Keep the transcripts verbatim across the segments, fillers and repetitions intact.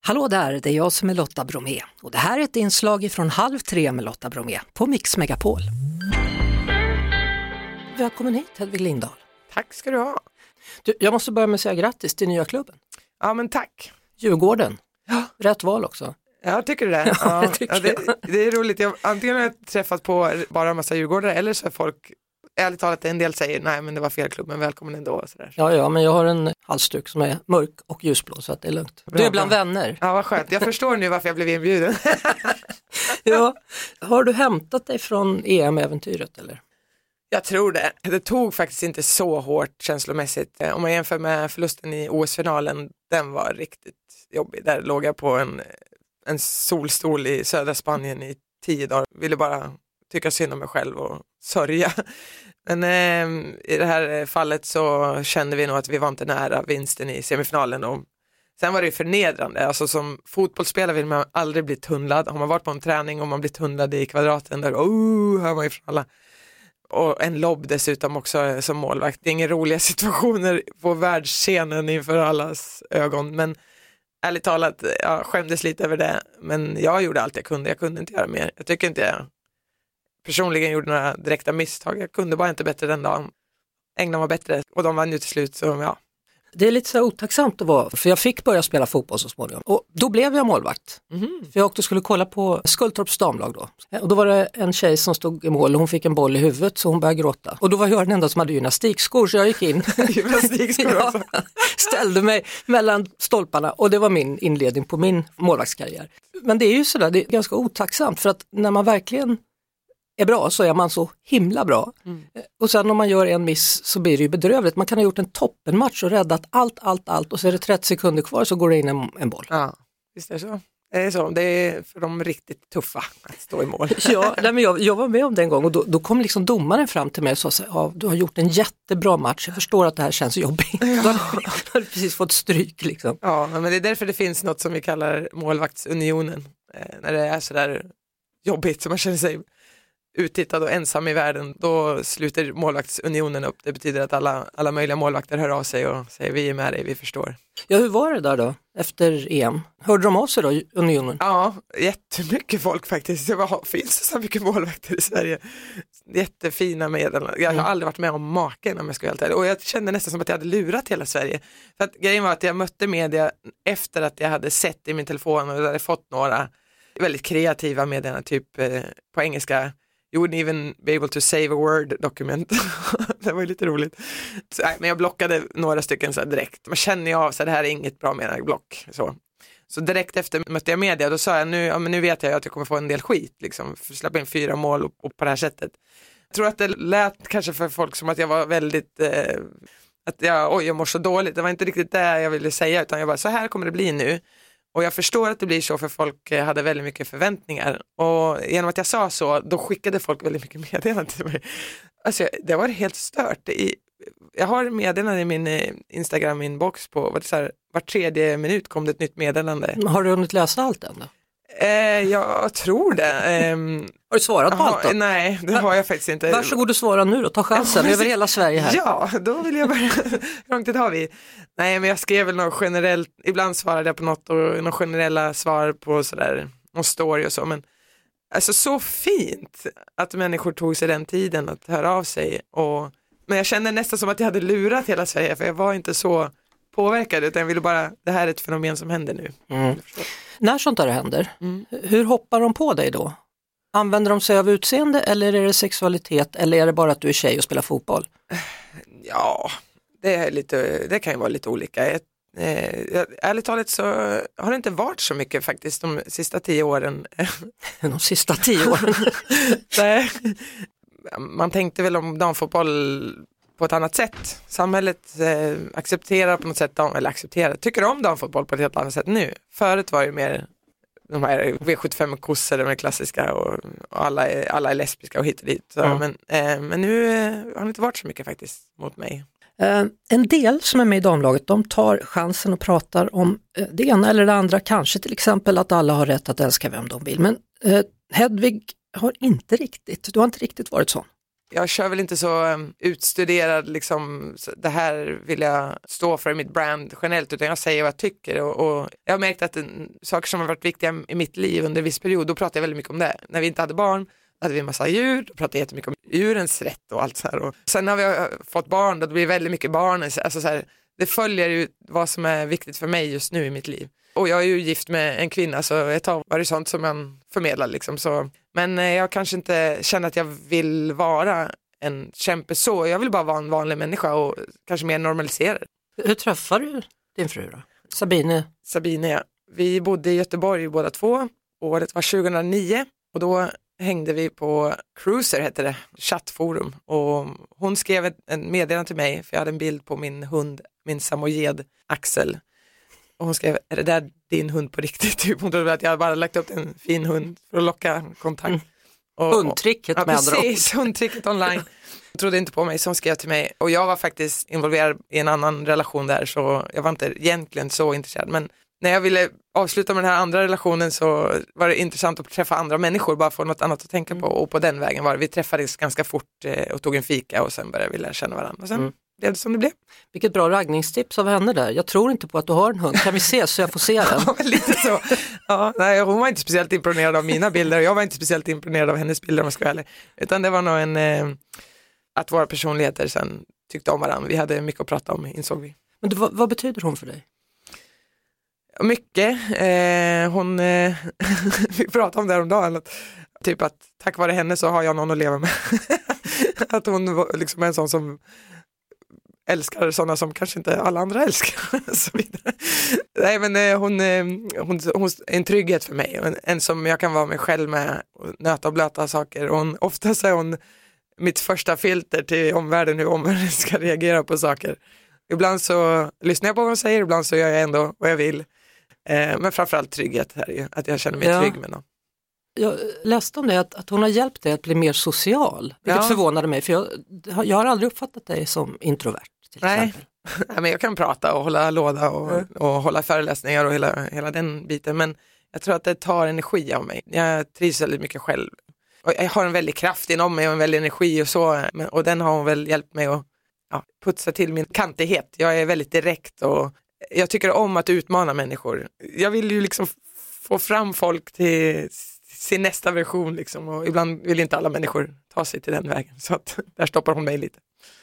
Hallå där, det är jag som är Lotta Bromé och det här är ett inslag från Halv tre med Lotta Bromé på Mix Megapol. Välkommen hit, Hedvig Lindahl. Tack ska du ha. Du, jag måste börja med att säga grattis till nya klubben. Ja, men tack. Djurgården. Ja. Rätt val också. Ja, tycker du det? Ja, ja, det tycker ja, det, det är roligt. Jag, antingen har jag träffat på bara en massa djurgårdare eller så är folk, ärligt talat, en del säger nej men det var fel klubb, men välkommen ändå. Och sådär. Ja, ja, men jag har en halsduk som är mörk och ljusblå så att det är lugnt. Bra, du är bland bra. vänner. Ja, vad skönt. Jag förstår nu varför jag blev inbjuden. Ja. Har du hämtat dig från E M-äventyret eller? Jag tror det. Det tog faktiskt inte så hårt känslomässigt. Om man jämför med förlusten i O S-finalen, den var riktigt jobbig. Där låg jag på en, en solstol i södra Spanien i tio dagar. Ville bara tycka synd om mig själv och sörja. Men eh, i det här fallet så kände vi nog att vi var inte nära vinsten i semifinalen. Och sen var det ju förnedrande. Alltså som fotbollsspelare vill man aldrig bli tunnlad. Har man varit på en träning och man blir tunnlad i kvadraten där, oh, hör man ju från alla. Och en lobb dessutom också som målvakt. Det är inga roliga situationer på världsscenen inför allas ögon. Men ärligt talat, jag skämdes lite över det. Men jag gjorde allt jag kunde. Jag kunde inte göra mer. Jag tycker inte jag personligen gjorde några direkta misstag. Jag kunde bara inte bättre den dagen. England var bättre och de vann ju till slut. Så ja. Det är lite så otacksamt att vara, för jag fick börja spela fotboll så småningom. Och då blev jag målvakt. Mm. För jag åkte och skulle kolla på Skultorps damlag då. Och då var det en tjej som stod i mål och hon fick en boll i huvudet så hon började gråta. Och då var jag den enda som hade gymnastikskor så jag gick in. Gymnastikskor ja, också. Ställde mig mellan stolparna och det var min inledning på min målvaktskarriär. Men det är ju sådär, det är ganska otacksamt för att när man verkligen är bra så är man så himla bra. Mm. Och sen om man gör en miss så blir det ju bedrövligt. Man kan ha gjort en toppenmatch och räddat allt, allt, allt och så är det trettio sekunder kvar så går det in en, en boll. Ja, visst är det så. Det är så. Det är för de riktigt tuffa att stå i mål. Ja, nej, men jag, jag var med om det en gång och då, då kom liksom domaren fram till mig och sa så, ja, du har gjort en jättebra match. Jag förstår att det här känns jobbigt. Ja. Då har du precis fått stryk liksom. Ja, men det är därför det finns något som vi kallar målvaktsunionen. Eh, när det är sådär jobbigt så man känner sig uttittad och ensam i världen, då sluter målvaktsunionen upp. Det betyder att alla, alla möjliga målvakter hör av sig och säger vi är med dig, vi förstår. Ja, hur var det där då efter E M? Hörde de av sig då, unionen? Ja, jättemycket folk faktiskt. Det var, finns det så mycket målvakter i Sverige? Jättefina meddelanden. Jag har aldrig varit med om maken om jag ska helt ärlig. Och jag kände nästan som att jag hade lurat hela Sverige. För att grejen var att jag mötte media efter att jag hade sett i min telefon och jag hade fått några väldigt kreativa meddelanden, typ eh, på engelska. You wouldn't even be able to save a word document. Det var ju lite roligt. Så, nej, men jag blockade några stycken så här direkt. Man känner ju av så här, det här är inget bra med block. Så. så direkt efter mötte jag media. Då sa jag, nu, ja, men nu vet jag att jag kommer få en del skit. Liksom, för att släppa in fyra mål och, och på det här sättet. Jag tror att det lät kanske för folk som att jag var väldigt... Eh, att jag, oj, jag mår så dåligt. Det var inte riktigt det jag ville säga. Utan jag bara, så här kommer det bli nu. Och jag förstår att det blir så för folk hade väldigt mycket förväntningar. Och genom att jag sa så, då skickade folk väldigt mycket meddelanden till mig. Alltså det var helt stört. I, jag har meddelanden i min Instagram-inbox på vad det så här, var tredje minut kom det ett nytt meddelande. Har du hunnit läsa allt än då? Eh, jag tror det. Eh, har du svarat på aha, allt då? Nej, det har jag faktiskt inte. Varsågod och svara nu då, ta chansen över hela Sverige här. Ja, då vill jag börja. Hur lång tid har vi? Nej, men jag skrev väl något generellt, ibland svarade jag på något och några generella svar på sådär, någon story och så, men alltså så fint att människor tog sig den tiden att höra av sig. Och, men jag kände nästan som att jag hade lurat hela Sverige, för jag var inte så påverkad, utan jag ville bara, det här är ett fenomen som händer nu. Mm. När sånt där händer, mm. hur hoppar de på dig då? Använder de sig av utseende eller är det sexualitet eller är det bara att du är tjej och spelar fotboll? Ja, det, är lite, det kan ju vara lite olika. Jag, eh, ärligt talat så har det inte varit så mycket faktiskt de sista tio åren. De sista tio åren? Nej. Man tänkte väl om damfotboll på ett annat sätt. Samhället eh, accepterar på något sätt, eller accepterar, tycker om damfotboll på ett helt annat sätt nu. Förut var det mer de här V sjuttiofem-kossor, de är klassiska och, och alla, är, alla är lesbiska och hit och dit. Så, mm. men, eh, men nu eh, har det inte varit så mycket faktiskt mot mig. Uh, en del som är med i damlaget, de tar chansen och pratar om uh, det ena eller det andra. Kanske till exempel att alla har rätt att älska vem de vill. Men uh, Hedvig har inte riktigt, du har inte riktigt varit sån. Jag kör väl inte så um, utstuderad, liksom, så det här vill jag stå för i mitt brand generellt, utan jag säger vad jag tycker. Och, och jag har märkt att en, saker som har varit viktiga i mitt liv under en viss period, då pratar jag väldigt mycket om det. När vi inte hade barn hade vi en massa djur, då pratade jag jättemycket om djurens rätt och allt så här. Och sen när vi har fått barn, då blir det väldigt mycket barn. Alltså så här, det följer ju vad som är viktigt för mig just nu i mitt liv. Och jag är ju gift med en kvinna, så ett tag var det sånt som man förmedlar liksom. Så. Men jag kanske inte känner att jag vill vara en kämpe så. Jag vill bara vara en vanlig människa och kanske mer normaliserad. Hur träffar du din fru då? Sabine? Sabine, ja. Vi bodde i Göteborg båda två. Året var tjugohundranio och då hängde vi på Cruiser, hette det, chattforum. Och hon skrev en meddelande till mig, för jag hade en bild på min hund, min samojed Axel. Och hon skrev, är det där din hund på riktigt? Typ. Hon trodde att jag bara lagt upp en fin hund för att locka kontakt. Mm. Och, hundtricket ja, med andra ord. Precis, hundtricket online. Hon trodde inte på mig, så hon skrev till mig. Och jag var faktiskt involverad i en annan relation där, så jag var inte egentligen så intresserad. Men när jag ville avsluta med den här andra relationen så var det intressant att träffa andra människor, bara få något annat att tänka på. Och på den vägen var det. Vi träffades ganska fort och tog en fika och sen började vi lära känna varandra. Och sen mm. blev det som det blev. Vilket bra raggningstips av henne där. Jag tror inte på att du har en hund. Kan vi se så jag får se den? Ja, lite så. Ja, nej, hon var inte speciellt imponerad av mina bilder och jag var inte speciellt imponerad av hennes bilder om jag ska vara ärlig. Utan det var nog en, eh, att våra personligheter sen tyckte om varandra. Vi hade mycket att prata om, insåg vi. Men du, vad, vad betyder hon för dig? Mycket. Eh, hon, eh, vi pratade om det här om dagen. Att, typ att tack vare henne så har jag någon att leva med. Att hon var liksom en sån som älskar sådana som kanske inte alla andra älskar. Så vidare. Nej, men eh, hon, eh, hon, hon är en trygghet för mig. En, en som jag kan vara mig själv med och nöta och blöta saker. Och hon, oftast är hon mitt första filter till omvärlden, hur omvärlden ska reagera på saker. Ibland så lyssnar jag på vad hon säger, ibland så gör jag ändå vad jag vill. Eh, men framförallt trygghet här är att jag känner mig ja. trygg med någon. Jag läste om det, att, att hon har hjälpt dig att bli mer social. Vilket ja. förvånade mig, för jag, jag har aldrig uppfattat dig som introvert till Nej. exempel. Nej, men jag kan prata och hålla låda och, mm. och hålla föreläsningar och hela, hela den biten. Men jag tror att det tar energi av mig. Jag trivs väldigt mycket själv. Och jag har en väldigt kraft inom mig och en väldigt energi och så. Och den har hon väl hjälpt mig att ja, putsa till min kantighet. Jag är väldigt direkt och jag tycker om att utmana människor. Jag vill ju liksom få fram folk till sin nästa version liksom, och ibland vill inte alla människor ta sig till den vägen, så att där stoppar hon mig lite.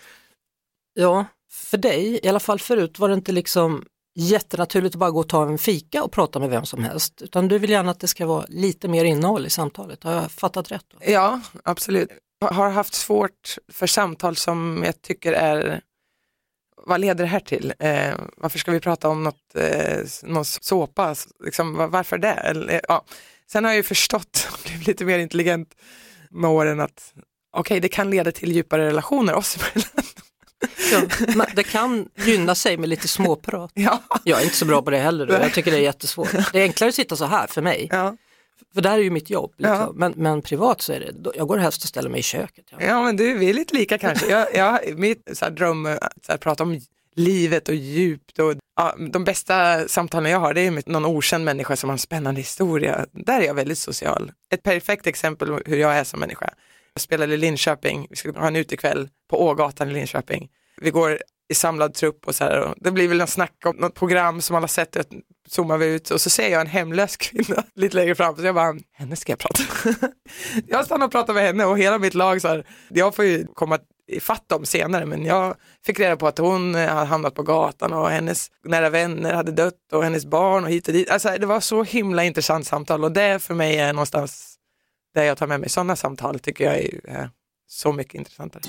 Ja, för dig, i alla fall förut, var det inte liksom jättenaturligt att bara gå och ta en fika och prata med vem som helst, utan du vill gärna att det ska vara lite mer innehåll i samtalet. Har jag fattat rätt då? Ja, absolut. Jag har haft svårt för samtal som jag tycker är, vad leder det här till? Eh, varför ska vi prata om något, eh, någon såpa? Liksom, varför det? Eller, ja. Sen har jag ju förstått och blivit lite mer intelligent med åren att okej, okay, det kan leda till djupare relationer oss emellan. Ja, det kan gynna sig med lite småprat. Ja. Jag är inte så bra på det heller. Jag tycker det är jättesvårt. Det är enklare att sitta så här för mig. Ja. För det här är ju mitt jobb. Liksom. Ja. Men, men privat så är det, jag går helst och ställer mig i köket. Ja, ja men du, vi är lite lika kanske. Jag, jag, mitt så här, dröm så här, prata om livet och djupt. Och, ja, de bästa samtalen jag har, det är med någon okänd människa som har en spännande historia. Där är jag väldigt social. Ett perfekt exempel på hur jag är som människa. Jag spelade i Linköping, vi skulle ha en utekväll på Ågatan i Linköping. Vi går i samlad trupp och så här, och det blir väl en snack om något program som alla sett, och zoomar vi ut och så ser jag en hemlös kvinna lite längre fram, så jag bara, henne ska jag prata jag stannar och pratar med henne och hela mitt lag så här, jag får ju komma ifatt dem senare, men jag fick reda på att hon hade hamnat på gatan och hennes nära vänner hade dött och hennes barn och hit och dit. Alltså det var så himla intressant samtal, och det för mig är någonstans där jag tar med mig sådana samtal, tycker jag är, är så mycket intressantare.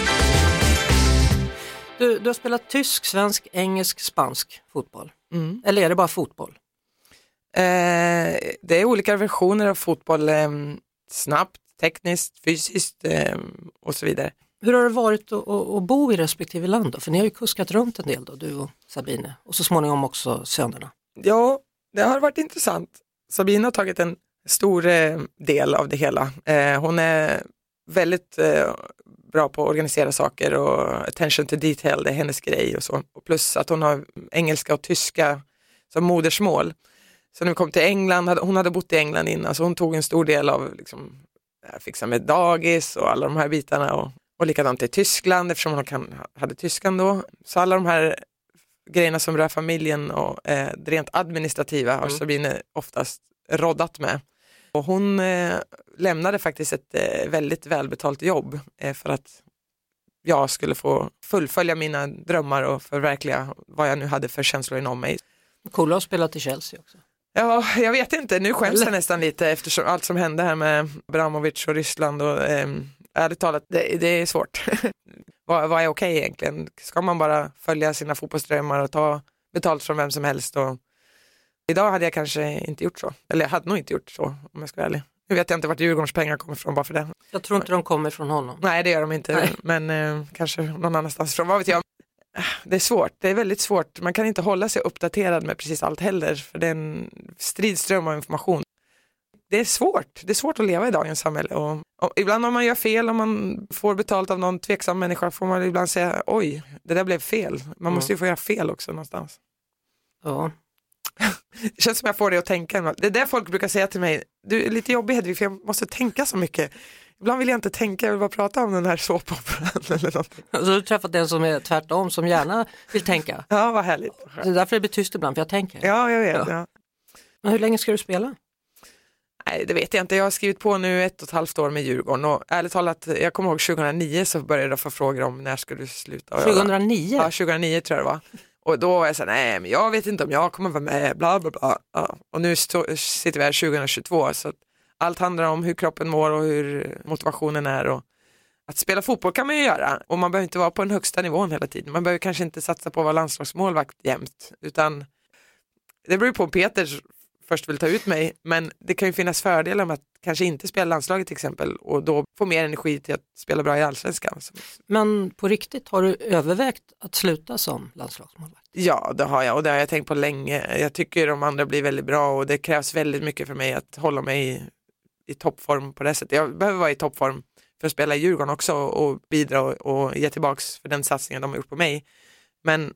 Du, du har spelat tysk, svensk, engelsk, spansk fotboll. Mm. Eller är det bara fotboll? Eh, det är olika versioner av fotboll. Eh, snabbt, tekniskt, fysiskt eh, och så vidare. Hur har det varit att, att bo i respektive land då? För ni har ju kuskat runt en del då, du och Sabine. Och så småningom också sönerna. Ja, det har varit intressant. Sabine har tagit en stor eh, del av det hela. Eh, hon är väldigt eh, bra på att organisera saker och attention to detail, det är hennes grej och så. Och plus att hon har engelska och tyska som modersmål. Så när vi kom till England, hon hade bott i England innan, så hon tog en stor del av liksom, fixa med dagis och alla de här bitarna. Och Och likadant i Tyskland eftersom hon kan, hade tyskan då. Så alla de här grejerna som rör familjen och eh, det rent administrativa har mm. Sabine oftast roddat med. Och hon eh, lämnade faktiskt ett eh, väldigt välbetalt jobb eh, för att jag skulle få fullfölja mina drömmar och förverkliga vad jag nu hade för känslor inom mig. Cool att spela till Chelsea också. Ja, jag vet inte. Nu skäms jag nästan lite eftersom allt som hände här med Abramovic och Ryssland och eh, ärligt talat, det, det är svårt. vad, vad är okej egentligen? Ska man bara följa sina fotbollsdrömmar och ta betalt från vem som helst? Och idag hade jag kanske inte gjort så. Eller jag hade nog inte gjort så om jag ska vara ärlig. Nu vet jag inte vart Djurgårdens pengar kommer från bara för det. Jag tror inte de kommer från honom. Nej, det gör de inte. Nej. Men eh, kanske någon annanstans från. Vad vet jag? Det är svårt. Det är väldigt svårt. Man kan inte hålla sig uppdaterad med precis allt heller. För det är en stridström av information. Det är svårt. Det är svårt att leva i dagens samhälle. Och, och ibland om man gör fel, om man får betalt av någon tveksam människa, får man ibland säga, oj, det där blev fel. Man mm. måste ju få göra fel också någonstans. Ja. Det känns som jag får det att tänka. Det är det folk brukar säga till mig. Du är lite jobbig, Hedvig, för jag måste tänka så mycket. Ibland vill jag inte tänka, jag vill bara prata om den här såpoperan eller någonting. Så du har träffat den som är tvärtom, som gärna vill tänka? Ja, vad härligt. Det är därför det blir tyst ibland, för jag tänker. Ja, jag vet. Ja. Ja. Men hur länge ska du spela? Nej, det vet jag inte. Jag har skrivit på nu ett och ett halvt år med Djurgården. Och ärligt talat, jag kommer ihåg tjugohundranio så började jag få frågor om när skulle du sluta. tjugohundranio? Ja, tjugohundranio tror jag det var. Och då var jag så här, nej men jag vet inte om jag kommer vara med, bla bla bla. Ja. Och nu stå, sitter vi här tjugohundratjugotvå så att allt handlar om hur kroppen mår och hur motivationen är. Och att spela fotboll kan man ju göra och man behöver inte vara på den högsta nivån hela tiden. Man behöver kanske inte satsa på att vara landslagsmålvakt jämt, utan det beror på om Peter först vill ta ut mig, men det kan ju finnas fördelar med att kanske inte spela landslaget till exempel och då få mer energi till att spela bra i allsvenskan. Men på riktigt, har du övervägt att sluta som landslagsmålvakt? Ja, det har jag och det har jag tänkt på länge. Jag tycker de andra blir väldigt bra och det krävs väldigt mycket för mig att hålla mig i, i toppform på det sättet. Jag behöver vara i toppform för att spela i Djurgården också och bidra och, och ge tillbaks för den satsningen de har gjort på mig. Men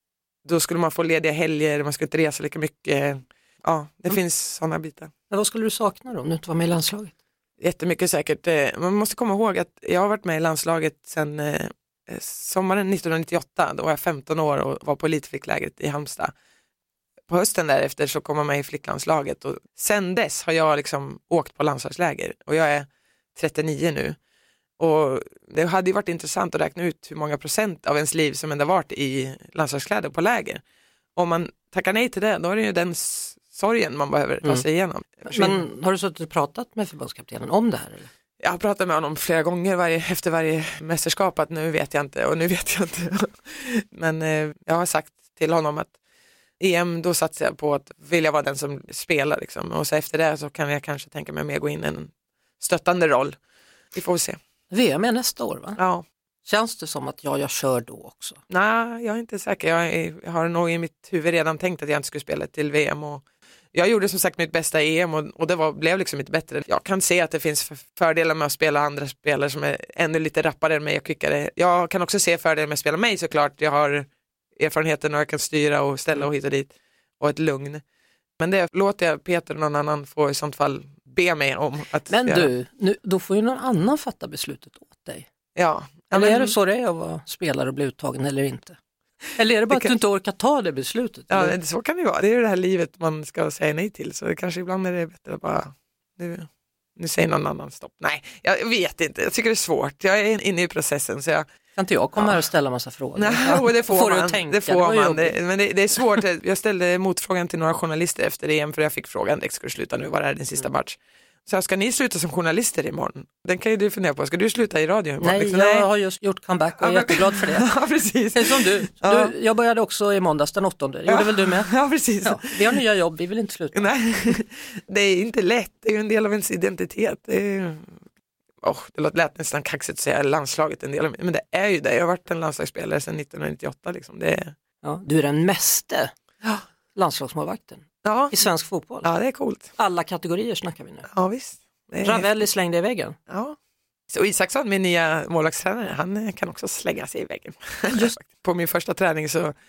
då skulle man få lediga helger, man skulle inte resa lika mycket. Ja, det mm. finns sådana bitar. Men vad skulle du sakna då om du inte var med i landslaget? Jättemycket säkert. Man måste komma ihåg att jag har varit med i landslaget sedan eh, sommaren nittonhundranittioåtta. Då var jag femton år och var på elitflicklägret i Halmstad. På hösten därefter så kom jag med i flicklandslaget och sen dess har jag liksom åkt på landslagsläger och jag är trettionio nu. Och det hade ju varit intressant att räkna ut hur många procent av ens liv som ändå varit i landslagskläder på läger. Om man tackar nej till det, då är det ju den sorgen man behöver ta sig igenom. Men har du suttit och pratat med förbundskaptenen om det här? Eller? Jag har pratat med honom flera gånger varje, efter varje mästerskap att nu vet jag inte och nu vet jag inte. Men eh, jag har sagt till honom att E M då satsar jag på att vilja vara den som spelar liksom. Och så efter det så kan jag kanske tänka mig mer gå in i en stöttande roll. Vi får se. V M är nästa år va? Ja. Känns det som att jag, jag kör då också? Nej, jag är inte säker. Jag, är, jag har nog i mitt huvud redan tänkt att jag inte skulle spela till V M. Och jag gjorde som sagt mitt bästa E M och, och det var, blev liksom inte bättre. Jag kan se att det finns fördelar med att spela andra spelare som är ännu lite rappare än mig och kvickare. Jag kan också se fördelar med att spela mig såklart. Jag har erfarenheten och jag kan styra och ställa och hit och dit. Och ett lugn. Men det låter jag Peter och någon annan få i sånt fall be mig om. Att men göra. du, nu, då får ju någon annan fatta beslutet åt dig. Ja. Eller men, är det så det är att vara spelare och bli uttagen eller inte? Eller är det bara det kan, att du inte orkar ta det beslutet? Ja, eller? Så kan det vara. Det är ju det här livet man ska säga nej till. Så det kanske ibland är det bättre att bara, nu, nu säger någon annan stopp. Nej, jag vet inte. Jag tycker det är svårt. Jag är inne i processen. Så jag, kan inte jag komma ja. här och ställa massa frågor? Nej, och det får, får man. Tänka, det får det man. Det, men det, det är svårt. Jag ställde motfrågan till några journalister efter E M för jag fick frågan, det ska du sluta nu, var det här din sista mm. match? Så ska ni sluta som journalister imorgon? Den kan ju du fundera på. Ska du sluta i radio imorgon? Nej, liksom, jag nej. har just gjort comeback och är jätteglad för det. Ja, precis. Det är som du. Ja. du. Jag började också i måndags den åttonde. Gjorde ja. väl du med? Ja, precis. Ja. Vi har nya jobb, vi vill inte sluta. Nej, det är inte lätt. Det är ju en del av ens identitet. Det är... Oh, det låter lätt nästan kaxigt att säga landslaget en del av, men det är ju det. Jag har varit en landslagsspelare sedan nittonhundranittioåtta. Liksom. Det är... ja, du är den meste landslagsmålvakten ja. i svensk fotboll. Ja, det är coolt. Alla kategorier snackar vi nu. Ja, visst. Är... Ravelli slängde i väggen. Ja. Så Isaksson, min nya målvaktstränare, han kan också slänga sig i väggen. Just. På min första träning så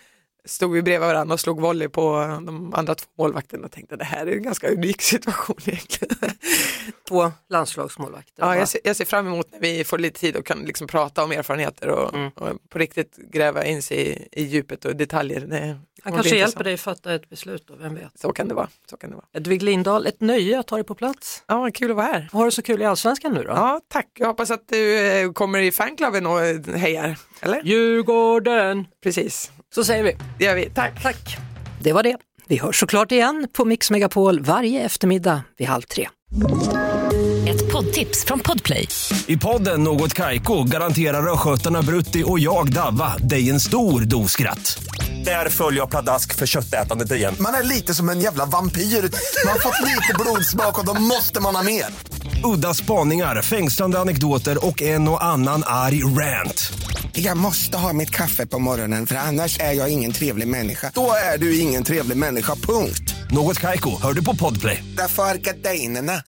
stod vi bredvid varandra och slog volley på de andra två målvakterna och tänkte det här är en ganska unik situation egentligen. Två landslagsmålvakter. Ja, jag ser, jag ser fram emot när vi får lite tid och kan liksom prata om erfarenheter och, mm. och på riktigt gräva in sig i, i djupet och detaljer. Det, Han kanske hjälper dig att fatta ett beslut då, vem vet. Så kan det vara. Så kan det vara. Edvig Lindahl, ett nöje att ha dig på plats. Ja, kul att vara här. Har du så kul i Allsvenskan nu då? Ja, tack. Jag hoppas att du kommer i fanklubben och hejar, eller? Djurgården! Precis. Så säger vi. Det gör vi. Tack. Tack. Det var det. Vi hörs såklart igen på Mix Megapol varje eftermiddag vid halv tre. Ett poddtips från Podplay. I podden Något Kaiko garanterar östgötarna Brutti och jag Davva dig en stor doskratt. Där följer jag pladask för köttätandet igen. Man är lite som en jävla vampyr. Man har fått lite blodsmak och då måste man ha mer. Udda spaningar, fängslande anekdoter och en och annan arg rant. Jag måste ha mitt kaffe på morgonen för annars är jag ingen trevlig människa. Då är du ingen trevlig människa, punkt. Något Kaiko, hör du på Podplay. Därför är gardinerna.